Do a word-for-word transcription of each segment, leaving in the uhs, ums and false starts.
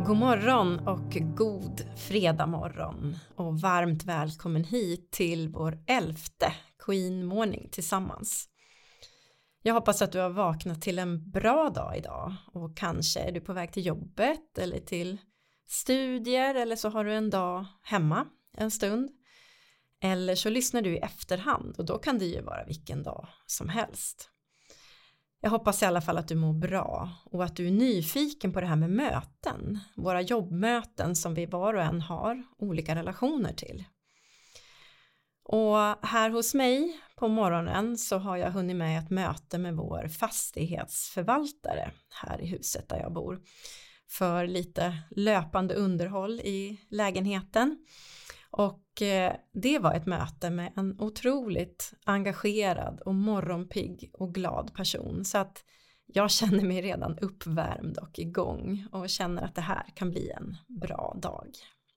God morgon och god fredag morgon och varmt välkommen hit till vår elfte Queen Morning tillsammans. Jag hoppas att du har vaknat till en bra dag idag och kanske är du på väg till jobbet eller till studier eller så har du en dag hemma en stund. Eller så lyssnar du i efterhand och då kan det ju vara vilken dag som helst. Jag hoppas i alla fall att du mår bra och att du är nyfiken på det här med möten. Våra jobbmöten som vi var och en har olika relationer till. Och här hos mig på morgonen så har jag hunnit med ett möte med vår fastighetsförvaltare här i huset där jag bor. För lite löpande underhåll i lägenheten. Och det var ett möte med en otroligt engagerad och morgonpigg och glad person. Så att jag känner mig redan uppvärmd och igång och känner att det här kan bli en bra dag.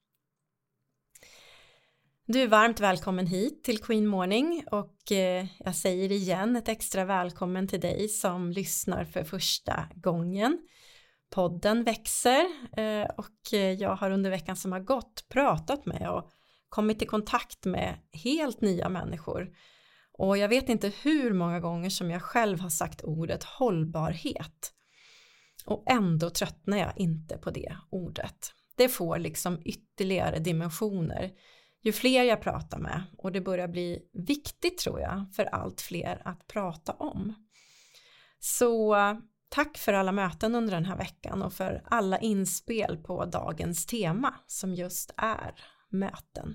Du är varmt välkommen hit till Queen Morning och jag säger igen ett extra välkommen till dig som lyssnar för första gången. Podden växer och jag har under veckan som har gått pratat med och kommit i kontakt med helt nya människor. Och jag vet inte hur många gånger som jag själv har sagt ordet hållbarhet. Och ändå tröttnar jag inte på det ordet. Det får liksom ytterligare dimensioner ju fler jag pratar med. Och det börjar bli viktigt tror jag för allt fler att prata om. Så tack för alla möten under den här veckan och för alla inspel på dagens tema som just är möten.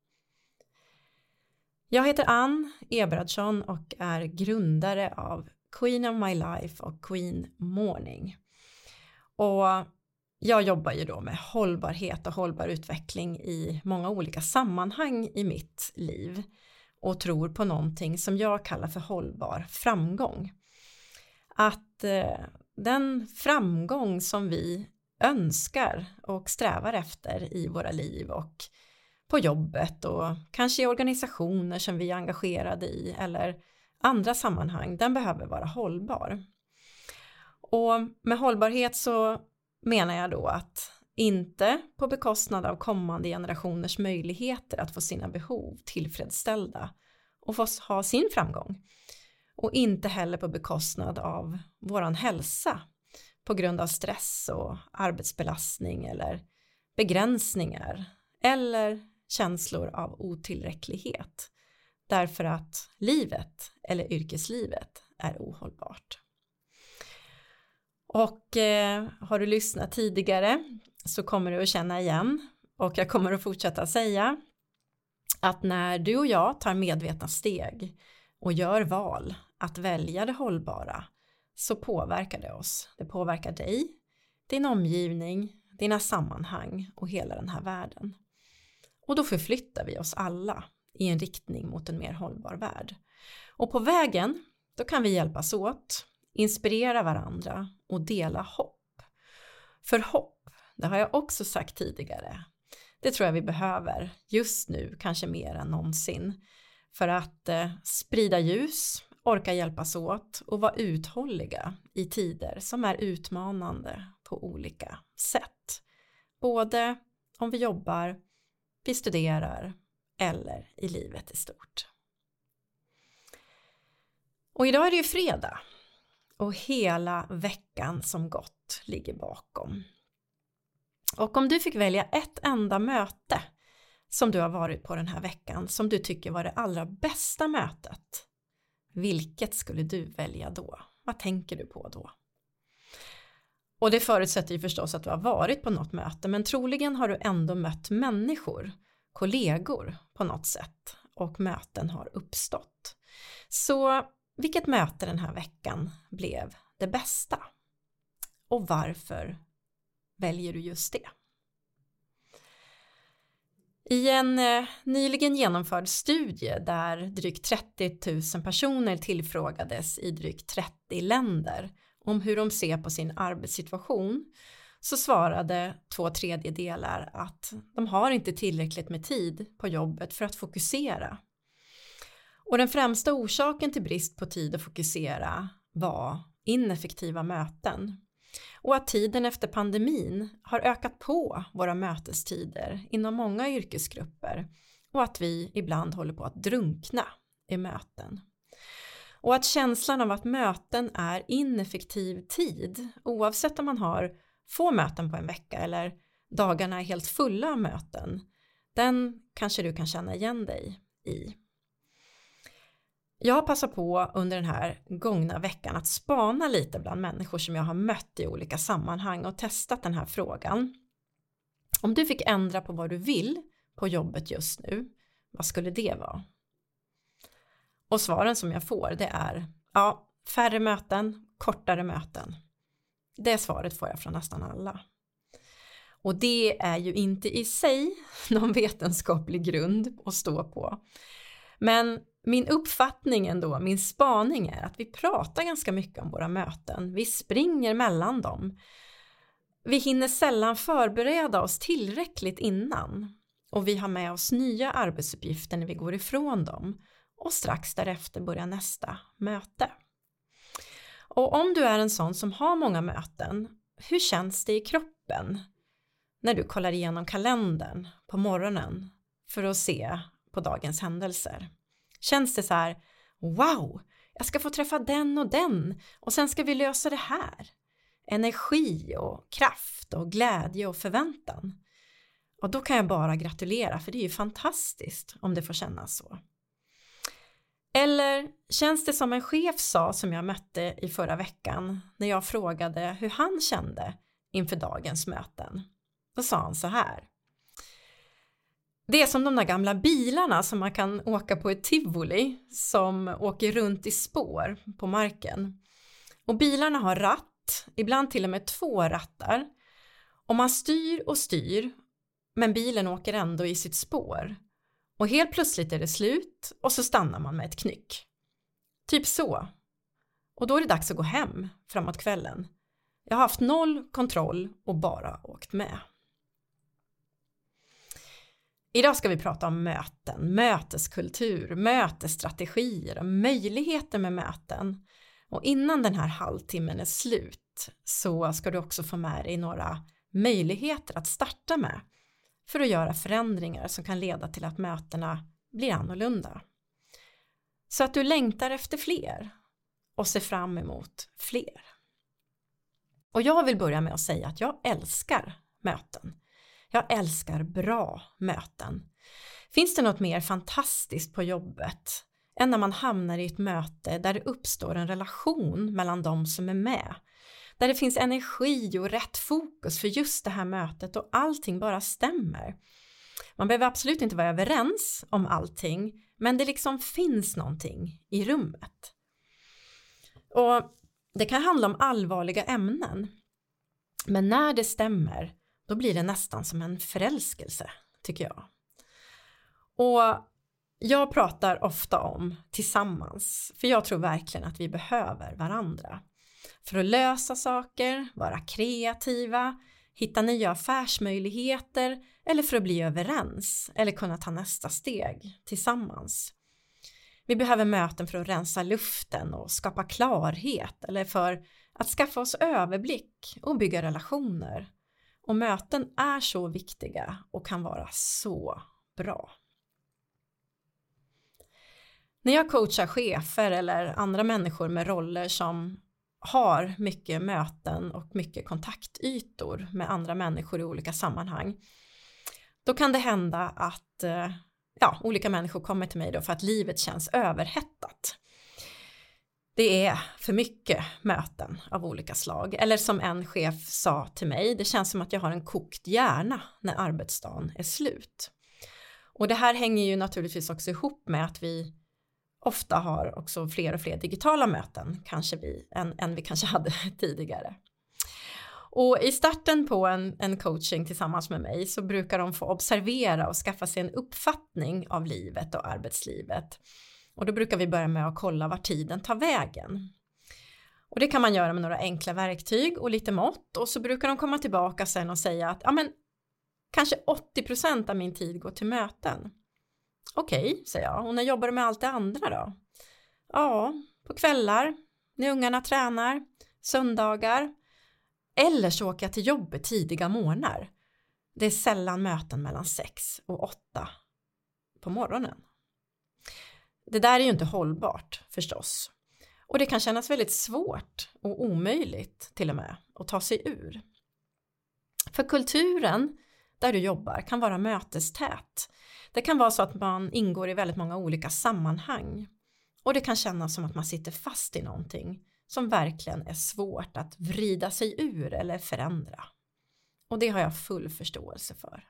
Jag heter Ann Ebradsson och är grundare av Queen of My Life och Queen Morning. Och jag jobbar ju då med hållbarhet och hållbar utveckling i många olika sammanhang i mitt liv och tror på någonting som jag kallar för hållbar framgång. Att eh, den framgång som vi önskar och strävar efter i våra liv och på jobbet och kanske i organisationer som vi är engagerade i eller andra sammanhang, den behöver vara hållbar. Och med hållbarhet så menar jag då att inte på bekostnad av kommande generationers möjligheter att få sina behov tillfredsställda och få ha sin framgång. Och inte heller på bekostnad av våran hälsa på grund av stress och arbetsbelastning eller begränsningar eller känslor av otillräcklighet. Därför att livet eller yrkeslivet är ohållbart. Och eh, har du lyssnat tidigare så kommer du att känna igen och jag kommer att fortsätta säga att när du och jag tar medvetna steg och gör val att välja det hållbara så påverkar det oss. Det påverkar dig, din omgivning, dina sammanhang och hela den här världen. Och då förflyttar vi oss alla i en riktning mot en mer hållbar värld. Och på vägen, då kan vi hjälpas åt, inspirera varandra och dela hopp. För hopp, det har jag också sagt tidigare, det tror jag vi behöver just nu, kanske mer än någonsin. För att eh, sprida ljus, orka hjälpas åt och vara uthålliga i tider som är utmanande på olika sätt. Både om vi jobbar, vi studerar eller i livet i stort. Och idag är det ju fredag och hela veckan som gått ligger bakom. Och om du fick välja ett enda möte som du har varit på den här veckan som du tycker var det allra bästa mötet, vilket skulle du välja då? Vad tänker du på då? Och det förutsätter ju förstås att du har varit på något möte, men troligen har du ändå mött människor, kollegor på något sätt och möten har uppstått. Så vilket möte den här veckan blev det bästa? Och varför väljer du just det? I en eh, nyligen genomförd studie där drygt trettio tusen personer tillfrågades i drygt trettio länder om hur de ser på sin arbetssituation så svarade två tredjedelar att de har inte tillräckligt med tid på jobbet för att fokusera. Och den främsta orsaken till brist på tid att fokusera var ineffektiva möten. Och att tiden efter pandemin har ökat på våra mötestider inom många yrkesgrupper och att vi ibland håller på att drunkna i möten. Och att känslan av att möten är ineffektiv tid, oavsett om man har få möten på en vecka eller dagarna är helt fulla av möten, den kanske du kan känna igen dig i. Jag har passat på under den här gångna veckan att spana lite bland människor som jag har mött i olika sammanhang och testat den här frågan. Om du fick ändra på vad du vill på jobbet just nu, vad skulle det vara? Och svaren som jag får det är ja, färre möten, kortare möten. Det svaret får jag från nästan alla. Och det är ju inte i sig någon vetenskaplig grund att stå på. Men min uppfattning ändå, min spaning är att vi pratar ganska mycket om våra möten. Vi springer mellan dem. Vi hinner sällan förbereda oss tillräckligt innan. Och vi har med oss nya arbetsuppgifter när vi går ifrån dem. Och strax därefter börjar nästa möte. Och om du är en sån som har många möten, hur känns det i kroppen när du kollar igenom kalendern på morgonen för att se på dagens händelser? Känns det så här, wow, jag ska få träffa den och den och sen ska vi lösa det här. Energi och kraft och glädje och förväntan. Och då kan jag bara gratulera, för det är ju fantastiskt om det får kännas så. Eller känns det som en chef sa som jag mötte i förra veckan när jag frågade hur han kände inför dagens möten. Då sa han så här. Det är som de där gamla bilarna som man kan åka på ett tivoli som åker runt i spår på marken. Och bilarna har ratt, ibland till och med två rattar. Och man styr och styr, men bilen åker ändå i sitt spår. Och helt plötsligt är det slut och så stannar man med ett knyck. Typ så. Och då är det dags att gå hem framåt kvällen. Jag har haft noll kontroll och bara åkt med. Idag ska vi prata om möten, möteskultur, mötesstrategier och möjligheter med möten. Och innan den här halvtimmen är slut så ska du också få med dig några möjligheter att starta med för att göra förändringar som kan leda till att mötena blir annorlunda. Så att du längtar efter fler och ser fram emot fler. Och jag vill börja med att säga att jag älskar möten. Jag älskar bra möten. Finns det något mer fantastiskt på jobbet än när man hamnar i ett möte där det uppstår en relation mellan de som är med? Där det finns energi och rätt fokus för just det här mötet och allting bara stämmer. Man behöver absolut inte vara överens om allting, men det liksom finns någonting i rummet. Och det kan handla om allvarliga ämnen. Men när det stämmer, då blir det nästan som en förälskelse, tycker jag. Och jag pratar ofta om tillsammans, för jag tror verkligen att vi behöver varandra. För att lösa saker, vara kreativa, hitta nya affärsmöjligheter eller för att bli överens eller kunna ta nästa steg tillsammans. Vi behöver möten för att rensa luften och skapa klarhet eller för att skaffa oss överblick och bygga relationer. Och möten är så viktiga och kan vara så bra. När jag coachar chefer eller andra människor med roller som har mycket möten och mycket kontaktytor med andra människor i olika sammanhang, då kan det hända att ja, olika människor kommer till mig då för att livet känns överhettat. Det är för mycket möten av olika slag. Eller som en chef sa till mig, det känns som att jag har en kokt hjärna när arbetsdagen är slut. Och det här hänger ju naturligtvis också ihop med att vi ofta har också fler och fler digitala möten kanske vi, än, än vi kanske hade tidigare. Och i starten på en, en coaching tillsammans med mig så brukar de få observera och skaffa sig en uppfattning av livet och arbetslivet. Och då brukar vi börja med att kolla var tiden tar vägen. Och det kan man göra med några enkla verktyg och lite mått. Och så brukar de komma tillbaka sen och säga att ja, men, kanske åttio procent av min tid går till möten. Okej, okay, säger jag. Och när jobbar du med allt det andra då? Ja, på kvällar, när ungarna tränar, söndagar. Eller så åker jag till jobbet tidiga morgnar. Det är sällan möten mellan sex och åtta på morgonen. Det där är ju inte hållbart förstås. Och det kan kännas väldigt svårt och omöjligt till och med att ta sig ur. För kulturen där du jobbar kan vara mötestät. Det kan vara så att man ingår i väldigt många olika sammanhang. Och det kan kännas som att man sitter fast i någonting som verkligen är svårt att vrida sig ur eller förändra. Och det har jag full förståelse för.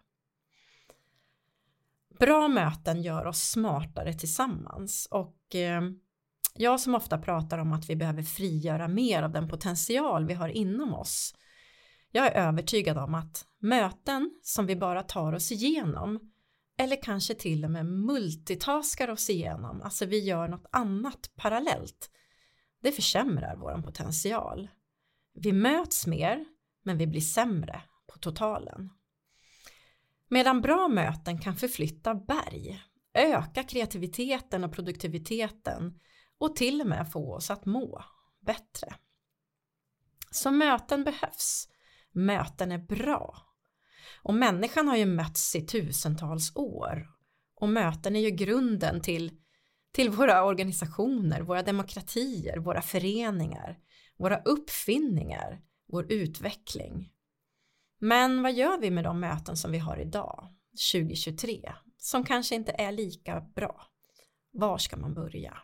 Bra möten gör oss smartare tillsammans och eh, jag som ofta pratar om att vi behöver frigöra mer av den potential vi har inom oss. Jag är övertygad om att möten som vi bara tar oss igenom eller kanske till och med multitaskar oss igenom, alltså vi gör något annat parallellt, det försämrar vår potential. Vi möts mer men vi blir sämre på totalen. Medan bra möten kan förflytta berg, öka kreativiteten och produktiviteten och till och med få oss att må bättre. Så möten behövs. Möten är bra. Och människan har ju mötts i tusentals år. Och möten är ju grunden till, till våra organisationer, våra demokratier, våra föreningar, våra uppfinningar, vår utveckling. Men vad gör vi med de möten som vi har idag, tjugo tjugotre, som kanske inte är lika bra? Var ska man börja?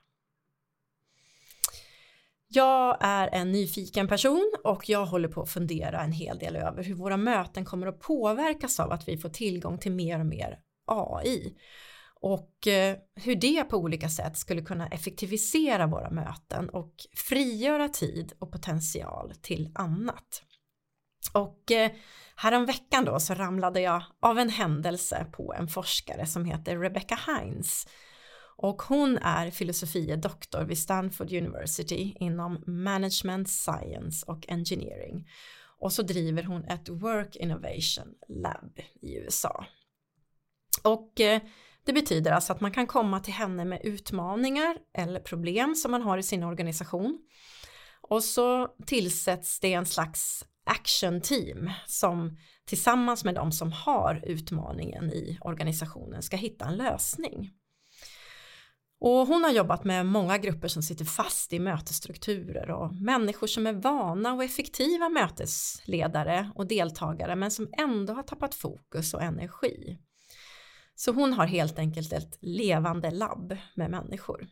Jag är en nyfiken person och jag håller på att fundera en hel del över hur våra möten kommer att påverkas av att vi får tillgång till mer och mer A I. Och hur det på olika sätt skulle kunna effektivisera våra möten och frigöra tid och potential till annat. Och häromveckan då så ramlade jag av en händelse på en forskare som heter Rebecca Hines. Och hon är filosofie-doktor vid Stanford University inom Management Science och Engineering. Och så driver hon ett Work Innovation Lab i U S A. Och det betyder alltså att man kan komma till henne med utmaningar eller problem som man har i sin organisation. Och så tillsätts det en slags action team som tillsammans med de som har utmaningen i organisationen ska hitta en lösning. Och hon har jobbat med många grupper som sitter fast i mötesstrukturer och människor som är vana och effektiva mötesledare och deltagare men som ändå har tappat fokus och energi. Så hon har helt enkelt ett levande labb med människor.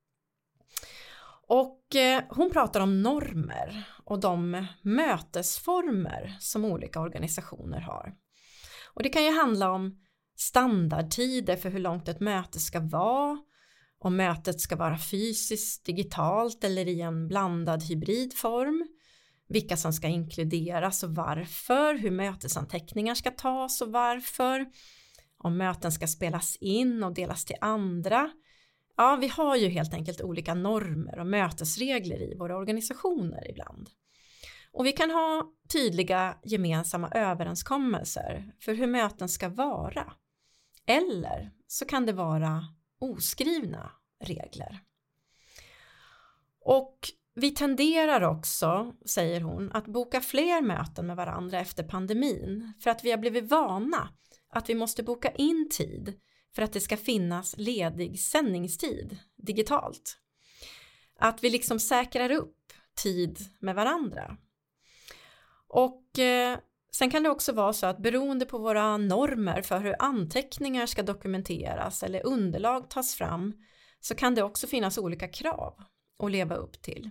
Och eh, hon pratar om normer och de mötesformer som olika organisationer har. Och det kan ju handla om standardtider för hur långt ett möte ska vara, om mötet ska vara fysiskt, digitalt eller i en blandad hybridform, vilka som ska inkluderas och varför, hur mötesanteckningar ska tas och varför, om möten ska spelas in och delas till andra. Ja, vi har ju helt enkelt olika normer och mötesregler i våra organisationer ibland. Och vi kan ha tydliga gemensamma överenskommelser för hur möten ska vara. Eller så kan det vara oskrivna regler. Och vi tenderar också, säger hon, att boka fler möten med varandra efter pandemin för att vi har blivit vana att vi måste boka in tid för att det ska finnas ledig sändningstid digitalt. Att vi liksom säkrar upp tid med varandra. Och eh, sen kan det också vara så att beroende på våra normer för hur anteckningar ska dokumenteras eller underlag tas fram så kan det också finnas olika krav att leva upp till.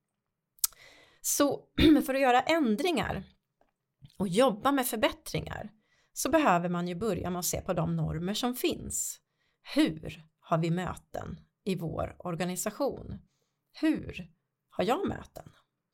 Så för att göra ändringar och jobba med förbättringar så behöver man ju börja med att se på de normer som finns. Hur har vi möten i vår organisation? Hur har jag möten?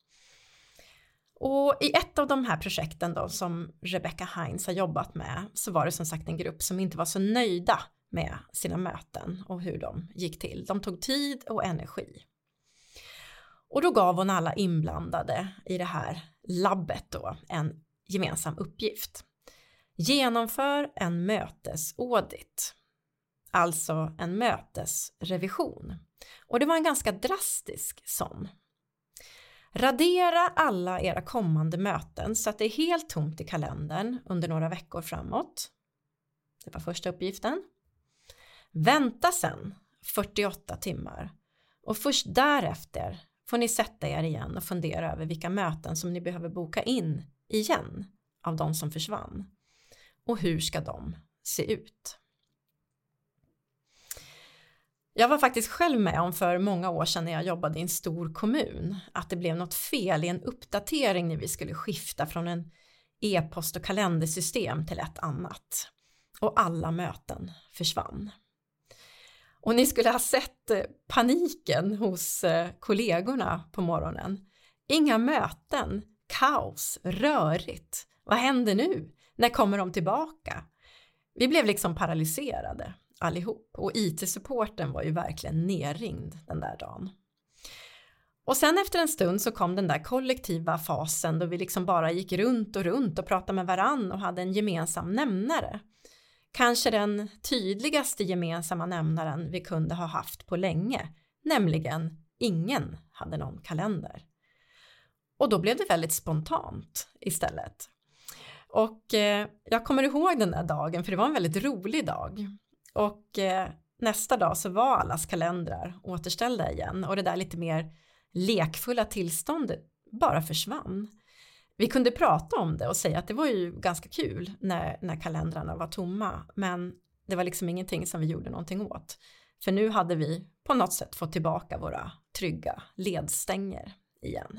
Och i ett av de här projekten då som Rebecca Hines har jobbat med så var det som sagt en grupp som inte var så nöjda med sina möten och hur de gick till. De tog tid och energi. Och då gav hon alla inblandade i det här labbet då en gemensam uppgift. Genomför en mötesaudit, alltså en mötesrevision. Och det var en ganska drastisk sån. Radera alla era kommande möten så att det är helt tomt i kalendern under några veckor framåt. Det var första uppgiften. Vänta sen fyrtioåtta timmar och först därefter får ni sätta er igen och fundera över vilka möten som ni behöver boka in igen av de som försvann. Och hur ska de se ut? Jag var faktiskt själv med om för många år sedan när jag jobbade i en stor kommun att det blev något fel i en uppdatering när vi skulle skifta från en e-post- och kalendersystem till ett annat. Och alla möten försvann. Och ni skulle ha sett paniken hos kollegorna på morgonen. Inga möten, kaos, rörigt. Vad händer nu? När kommer de tillbaka? Vi blev liksom paralyserade allihop och I T-supporten var ju verkligen nerringd den där dagen. Och sen efter en stund så kom den där kollektiva fasen då vi liksom bara gick runt och runt och pratade med varann och hade en gemensam nämnare. Kanske den tydligaste gemensamma nämnaren vi kunde ha haft på länge, nämligen ingen hade någon kalender. Och då blev det väldigt spontant istället. Och eh, jag kommer ihåg den där dagen för det var en väldigt rolig dag. Och eh, nästa dag så var allas kalendrar återställda igen och det där lite mer lekfulla tillståndet bara försvann. Vi kunde prata om det och säga att det var ju ganska kul när, när kalendrarna var tomma, men det var liksom ingenting som vi gjorde någonting åt. För nu hade vi på något sätt fått tillbaka våra trygga ledstänger igen.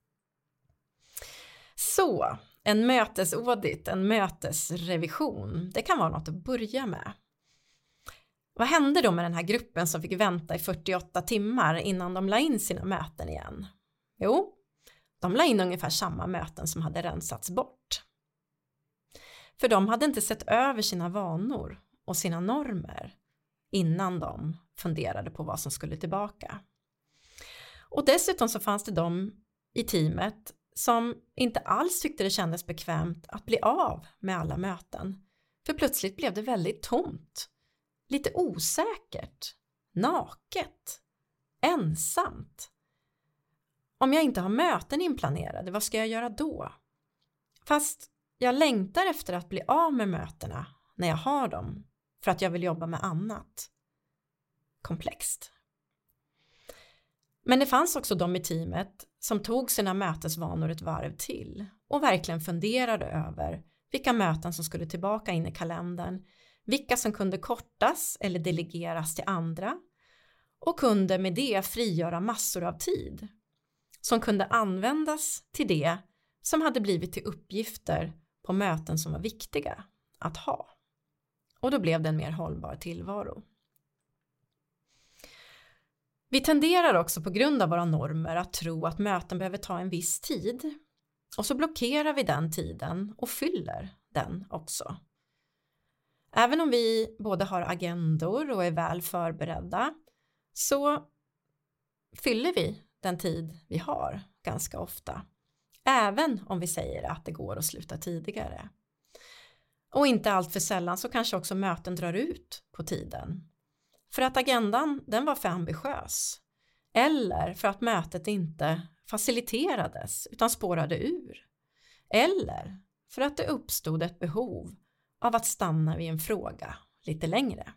Så, en mötesaudit, en mötesrevision, det kan vara något att börja med. Vad hände då med den här gruppen som fick vänta i fyrtioåtta timmar innan de la in sina möten igen? Jo, de la in ungefär samma möten som hade rensats bort. För de hade inte sett över sina vanor och sina normer innan de funderade på vad som skulle tillbaka. Och dessutom så fanns det de i teamet som inte alls tyckte det kändes bekvämt att bli av med alla möten. För plötsligt blev det väldigt tomt. Lite osäkert, naket, ensamt. Om jag inte har möten inplanerade, vad ska jag göra då? Fast jag längtar efter att bli av med mötena när jag har dem för att jag vill jobba med annat. Komplext. Men det fanns också de i teamet som tog sina mötesvanor ett varv till och verkligen funderade över vilka möten som skulle tillbaka in i kalendern, vilka som kunde kortas eller delegeras till andra och kunde med det frigöra massor av tid som kunde användas till det som hade blivit till uppgifter på möten som var viktiga att ha. Och då blev det en mer hållbar tillvaro. Vi tenderar också på grund av våra normer att tro att möten behöver ta en viss tid. Och så blockerar vi den tiden och fyller den också. Även om vi både har agendor och är väl förberedda så fyller vi den tid vi har ganska ofta. Även om vi säger att det går att sluta tidigare. Och inte allt för sällan så kanske också möten drar ut på tiden. För att agendan den var för ambitiös. Eller för att mötet inte faciliterades utan spårade ur. Eller för att det uppstod ett behov av att stanna vid en fråga lite längre.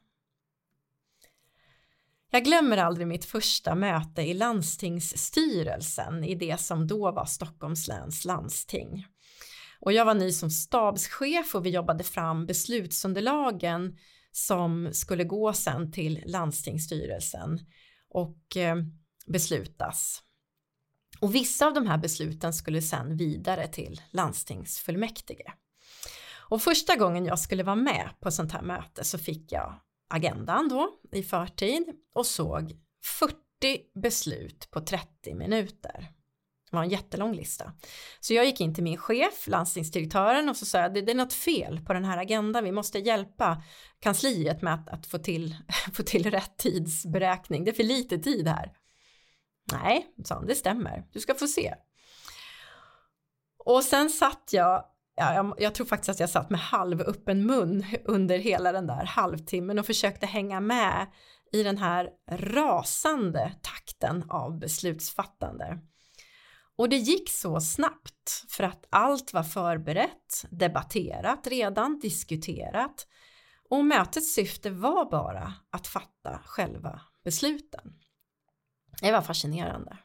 Jag glömmer aldrig mitt första möte i landstingsstyrelsen i det som då var Stockholms läns landsting. Och jag var ny som stabschef och vi jobbade fram beslutsunderlagen som skulle gå sen till landstingsstyrelsen och eh, beslutas. Och vissa av de här besluten skulle sen vidare till landstingsfullmäktige. Och första gången jag skulle vara med på sånt här möte så fick jag agendan då i förtid och såg fyrtio beslut på trettio minuter. Det var en jättelång lista. Så jag gick in till min chef, landstingsdirektören, och så sa jag, det, det är något fel på den här agendan. Vi måste hjälpa kansliet med att, att få, till, få till rätt tidsberäkning. Det är för lite tid här. Nej, sa han, det stämmer. Du ska få se. Och sen satt jag, ja, jag, jag tror faktiskt att jag satt med halv öppen mun under hela den där halvtimmen och försökte hänga med i den här rasande takten av beslutsfattande. Och det gick så snabbt för att allt var förberett, debatterat redan, diskuterat. Och mötets syfte var bara att fatta själva besluten. Det var fascinerande.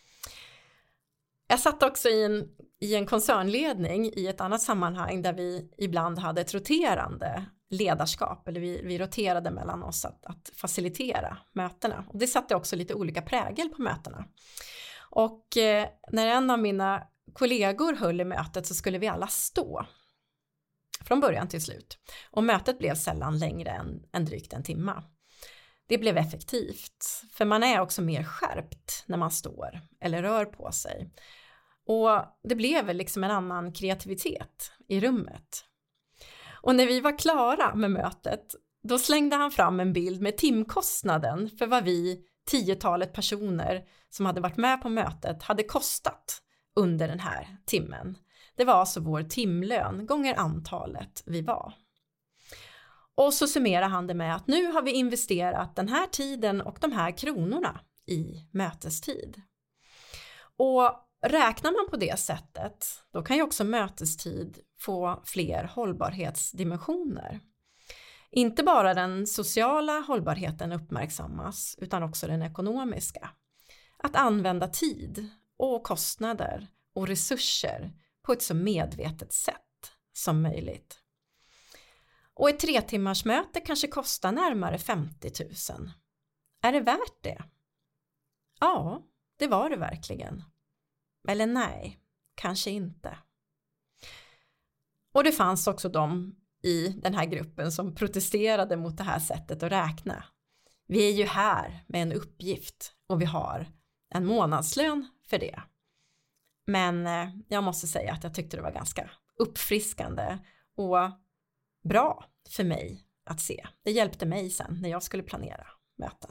Jag satt också i en, i en koncernledning i ett annat sammanhang där vi ibland hade ett roterande ledarskap. Eller vi, vi roterade mellan oss att, att facilitera mötena. Och det satte också lite olika prägel på mötena. Och eh, när en av mina kollegor höll i mötet så skulle vi alla stå. Från början till slut. Och mötet blev sällan längre än, än drygt en timme. Det blev effektivt. För man är också mer skärpt när man står eller rör på sig. Och det blev väl liksom en annan kreativitet i rummet. Och när vi var klara med mötet, då slängde han fram en bild med timkostnaden för vad vi, tiotalet personer som hade varit med på mötet, hade kostat under den här timmen. Det var alltså vår timlön gånger antalet vi var. Och så summerar han det med att nu har vi investerat den här tiden och de här kronorna i mötestid. Och räknar man på det sättet, då kan ju också mötestid få fler hållbarhetsdimensioner. Inte bara den sociala hållbarheten uppmärksammas utan också den ekonomiska. Att använda tid och kostnader och resurser på ett så medvetet sätt som möjligt. Och ett tre timmars möte kanske kostar närmare femtio tusen. Är det värt det? Ja, det var det verkligen. Eller nej, kanske inte. Och det fanns också de i den här gruppen som protesterade mot det här sättet att räkna. Vi är ju här med en uppgift och vi har en månadslön för det. Men eh, jag måste säga att jag tyckte det var ganska uppfriskande och bra för mig att se. Det hjälpte mig sen när jag skulle planera möten.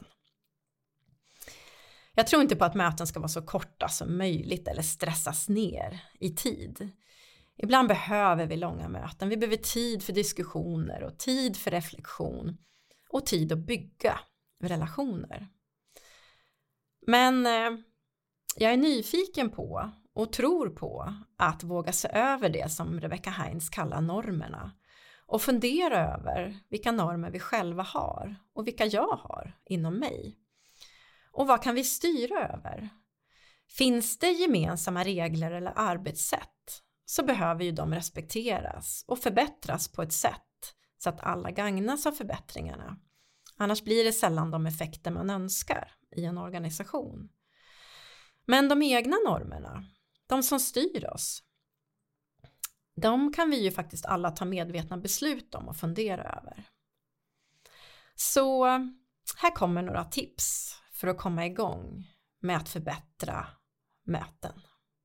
Jag tror inte på att möten ska vara så korta som möjligt eller stressas ner i tid. Ibland behöver vi långa möten. Vi behöver tid för diskussioner och tid för reflektion och tid att bygga relationer. Men eh, jag är nyfiken på och tror på att våga se över det som Rebecca Hines kallar normerna och fundera över vilka normer vi själva har och vilka jag har inom mig. Och vad kan vi styra över? Finns det gemensamma regler eller arbetssätt så behöver ju de respekteras och förbättras på ett sätt så att alla gagnas av förbättringarna. Annars blir det sällan de effekter man önskar i en organisation. Men de egna normerna, de som styr oss, de kan vi ju faktiskt alla ta medvetna beslut om och fundera över. Så här kommer några tips för att komma igång med att förbättra möten.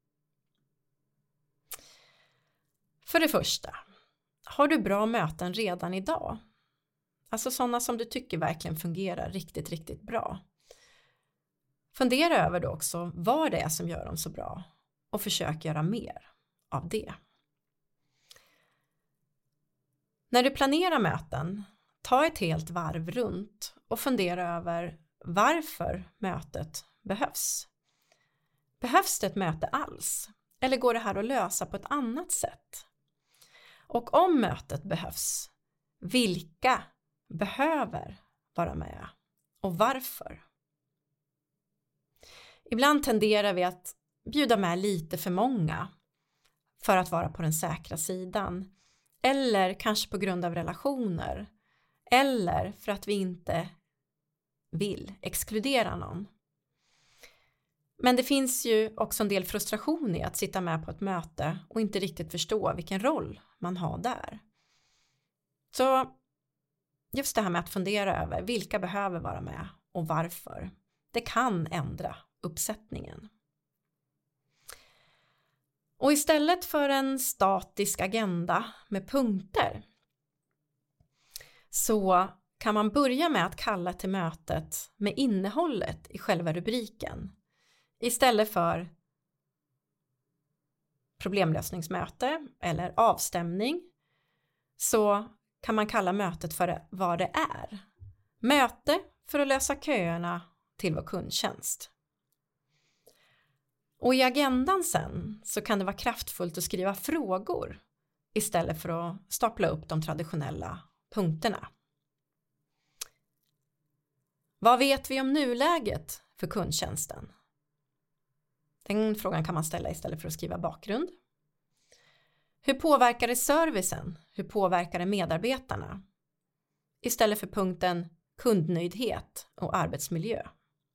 För det första, har du bra möten redan idag? Alltså sådana som du tycker verkligen fungerar riktigt, riktigt bra. Fundera över då också vad det är som gör dem så bra och försök göra mer av det. När du planerar möten, ta ett helt varv runt och fundera över varför mötet behövs. Behövs det ett möte alls? Eller går det här att lösa på ett annat sätt? Och om mötet behövs, vilka behöver vara med och varför? Ibland tenderar vi att bjuda med lite för många för att vara på den säkra sidan. Eller kanske på grund av relationer. Eller för att vi inte vill exkludera någon. Men det finns ju också en del frustration i att sitta med på ett möte och inte riktigt förstå vilken roll man har där. Så just det här med att fundera över vilka behöver vara med och varför. Det kan ändra uppsättningen. Och istället för en statisk agenda med punkter så kan man börja med att kalla till mötet med innehållet i själva rubriken. Istället för problemlösningsmöte eller avstämning så kan man kalla mötet för vad det är. Möte för att lösa köerna till vår kundtjänst. Och i agendan sen så kan det vara kraftfullt att skriva frågor istället för att stapla upp de traditionella punkterna. Vad vet vi om nuläget för kundtjänsten? Den frågan kan man ställa istället för att skriva bakgrund. Hur påverkar det servicen? Hur påverkar det medarbetarna? Istället för punkten kundnöjdhet och arbetsmiljö.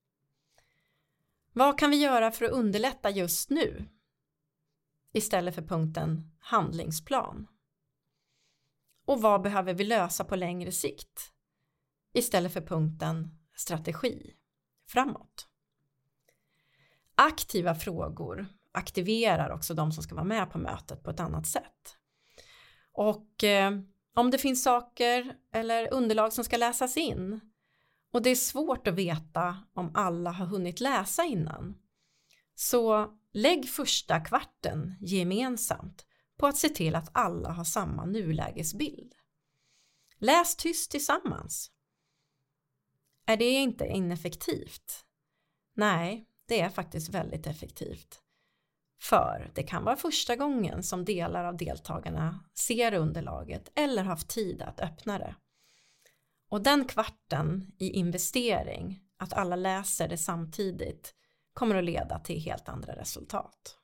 Vad kan vi göra för att underlätta just nu? Istället för punkten handlingsplan. Och vad behöver vi lösa på längre sikt? Istället för punkten strategi framåt. Aktiva frågor aktiverar också de som ska vara med på mötet på ett annat sätt. Och eh, om det finns saker eller underlag som ska läsas in och det är svårt att veta om alla har hunnit läsa innan, så lägg första kvarten gemensamt på att se till att alla har samma nulägesbild. Läs tyst tillsammans. Är det inte ineffektivt? Nej, det är faktiskt väldigt effektivt. För det kan vara första gången som delar av deltagarna ser underlaget eller haft tid att öppna det. Och den kvarten i investering, att alla läser det samtidigt, kommer att leda till helt andra resultat.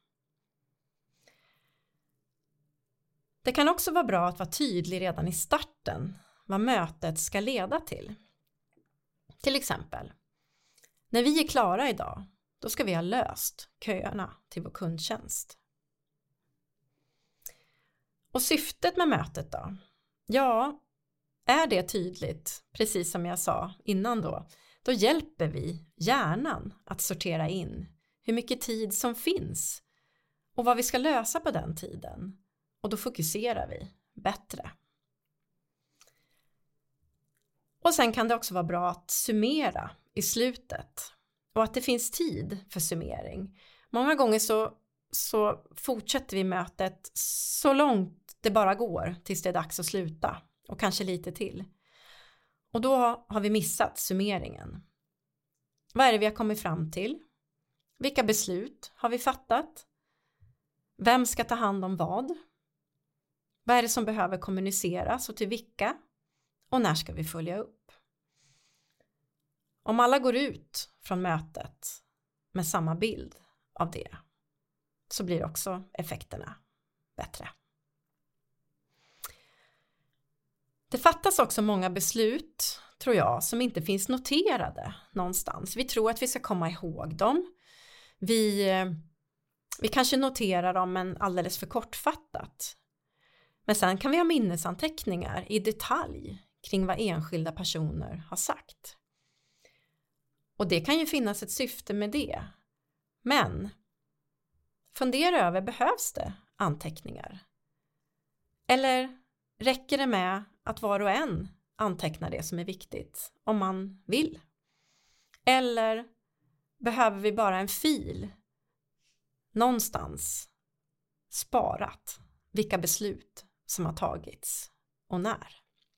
Det kan också vara bra att vara tydlig redan i starten vad mötet ska leda till. Till exempel, när vi är klara idag, då ska vi ha löst köerna till vår kundtjänst. Och syftet med mötet då? Ja, är det tydligt, precis som jag sa innan då, då hjälper vi hjärnan att sortera in hur mycket tid som finns och vad vi ska lösa på den tiden. Och då fokuserar vi bättre. Och sen kan det också vara bra att summera i slutet och att det finns tid för summering. Många gånger så, så fortsätter vi mötet så långt det bara går tills det är dags att sluta och kanske lite till. Och då har vi missat summeringen. Vad är det vi har kommit fram till? Vilka beslut har vi fattat? Vem ska ta hand om vad? Vad är det som behöver kommuniceras och till vilka? Och när ska vi följa upp? Om alla går ut från mötet med samma bild av det, så blir också effekterna bättre. Det fattas också många beslut, tror jag, som inte finns noterade någonstans. Vi tror att vi ska komma ihåg dem. Vi, vi kanske noterar dem, men alldeles för kortfattat. Men sen kan vi ha minnesanteckningar i detalj kring vad enskilda personer har sagt. Och det kan ju finnas ett syfte med det. Men fundera över, behövs det anteckningar? Eller räcker det med att var och en antecknar det som är viktigt om man vill? Eller behöver vi bara en fil någonstans sparat vilka beslut som har tagits och när?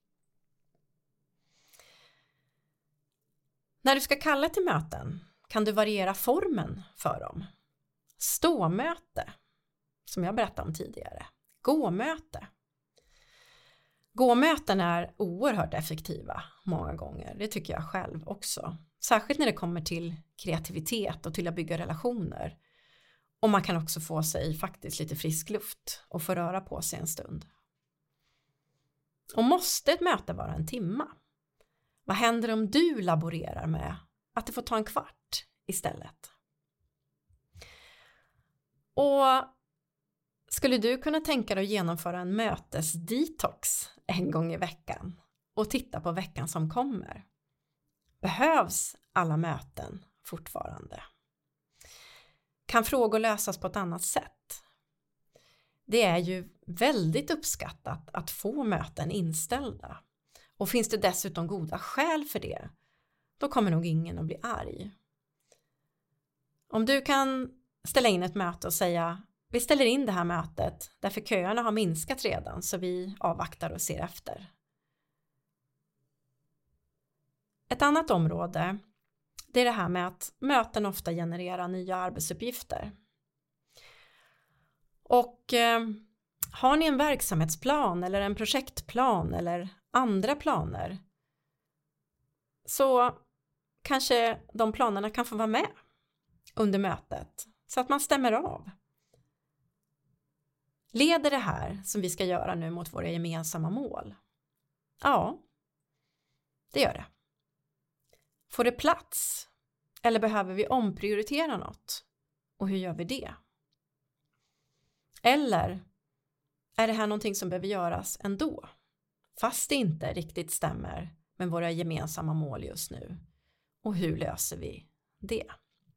När du ska kalla till möten kan du variera formen för dem. Ståmöte, som jag berättade om tidigare. Gåmöte. Gåmöten är oerhört effektiva många gånger. Det tycker jag själv också. Särskilt när det kommer till kreativitet och till att bygga relationer. Och man kan också få sig faktiskt lite frisk luft och få röra på sig en stund. Och måste ett möte vara en timma? Vad händer om du laborerar med att det får ta en kvart istället? Och skulle du kunna tänka dig att genomföra en mötesdetox en gång i veckan och titta på veckan som kommer? Behövs alla möten fortfarande? Kan frågor lösas på ett annat sätt? Det är ju väldigt uppskattat att få möten inställda. Och finns det dessutom goda skäl för det, då kommer nog ingen att bli arg. Om du kan ställa in ett möte och säga, vi ställer in det här mötet därför köerna har minskat redan, så vi avvaktar och ser efter. Ett annat område, det är det här med att möten ofta genererar nya arbetsuppgifter. Och eh, har ni en verksamhetsplan eller en projektplan eller andra planer, så kanske de planerna kan få vara med under mötet så att man stämmer av. Leder det här som vi ska göra nu mot våra gemensamma mål? Ja, det gör det. Får det plats? Eller behöver vi omprioritera något? Och hur gör vi det? Eller är det här någonting som behöver göras ändå? Fast det inte riktigt stämmer med våra gemensamma mål just nu. Och hur löser vi det?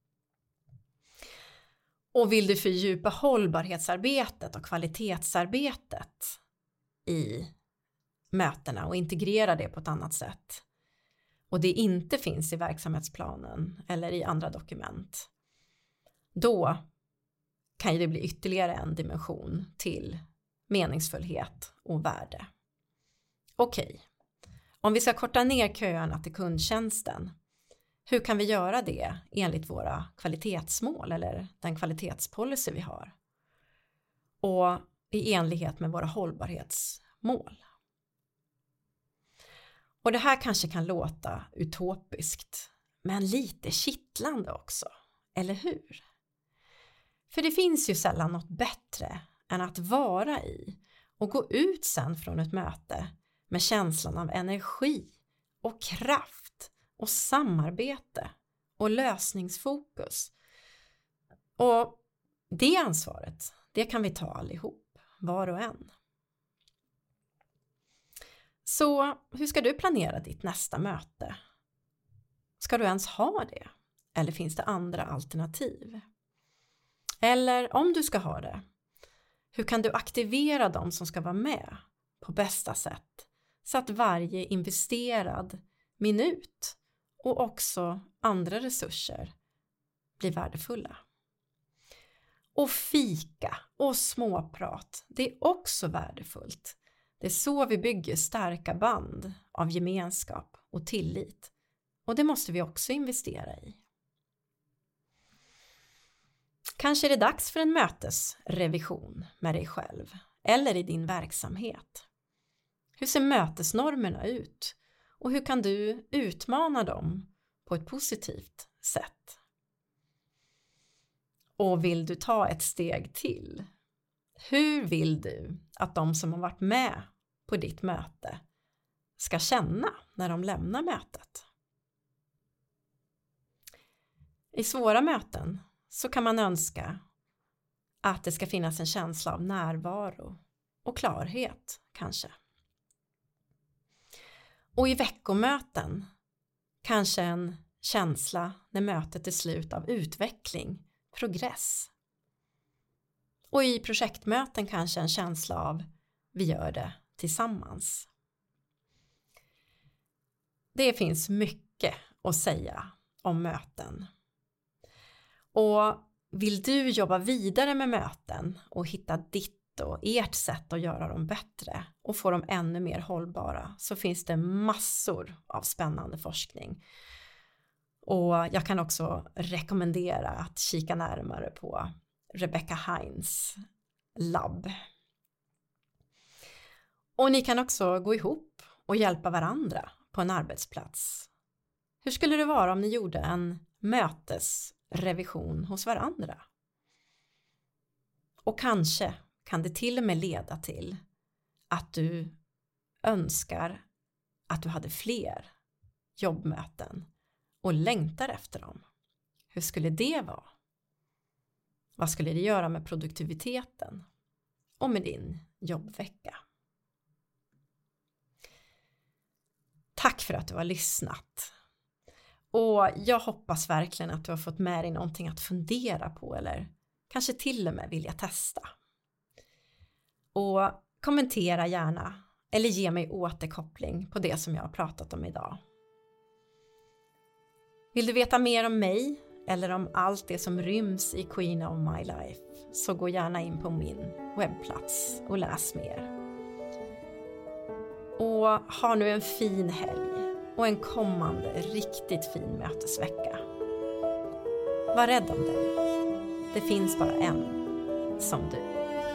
Och vill du fördjupa hållbarhetsarbetet och kvalitetsarbetet i mötena och integrera det på ett annat sätt, och det inte finns i verksamhetsplanen eller i andra dokument, då kan ju det bli ytterligare en dimension till meningsfullhet och värde. Okej, om vi ska korta ner köerna till kundtjänsten, hur kan vi göra det enligt våra kvalitetsmål eller den kvalitetspolicy vi har? Och i enlighet med våra hållbarhetsmål. Och det här kanske kan låta utopiskt, men lite kittlande också, eller hur? För det finns ju sällan något bättre än att vara i och gå ut sen från ett möte med känslan av energi och kraft och samarbete och lösningsfokus. Och det ansvaret, det kan vi ta allihop, var och en. Så hur ska du planera ditt nästa möte? Ska du ens ha det? Eller finns det andra alternativ? Eller om du ska ha det, hur kan du aktivera dem som ska vara med på bästa sätt så att varje investerad minut och också andra resurser blir värdefulla? Och fika och småprat, det är också värdefullt. Det är så vi bygger starka band av gemenskap och tillit. Och det måste vi också investera i. Kanske är det dags för en mötesrevision med dig själv eller i din verksamhet. Hur ser mötesnormerna ut? Och hur kan du utmana dem på ett positivt sätt? Och vill du ta ett steg till? Hur vill du att de som har varit med på ditt möte ska känna när de lämnar mötet? I svåra möten så kan man önska att det ska finnas en känsla av närvaro och klarhet kanske. Och i veckomöten kanske en känsla när mötet är slut av utveckling, progress. Och i projektmöten kanske en känsla av vi gör det tillsammans. Det finns mycket att säga om möten. Och vill du jobba vidare med möten och hitta ditt och ert sätt att göra dem bättre och få dem ännu mer hållbara, så finns det massor av spännande forskning. Och jag kan också rekommendera att kika närmare på Rebecca Hines labb. Och ni kan också gå ihop och hjälpa varandra på en arbetsplats. Hur skulle det vara om ni gjorde en mötesrevision hos varandra? Och kanske kan det till och med leda till att du önskar att du hade fler jobbmöten och längtar efter dem. Hur skulle det vara? Vad skulle det göra med produktiviteten och med din jobbvecka? Tack för att du har lyssnat. Och jag hoppas verkligen att du har fått med dig någonting att fundera på eller kanske till och med vilja testa. Och kommentera gärna eller ge mig återkoppling på det som jag har pratat om idag. Vill du veta mer om mig eller om allt det som ryms i Queen of My Life, så gå gärna in på min webbplats och läs mer. Och ha nu en fin helg och en kommande riktigt fin mötesvecka. Var rädd om dig. Det finns bara en som du.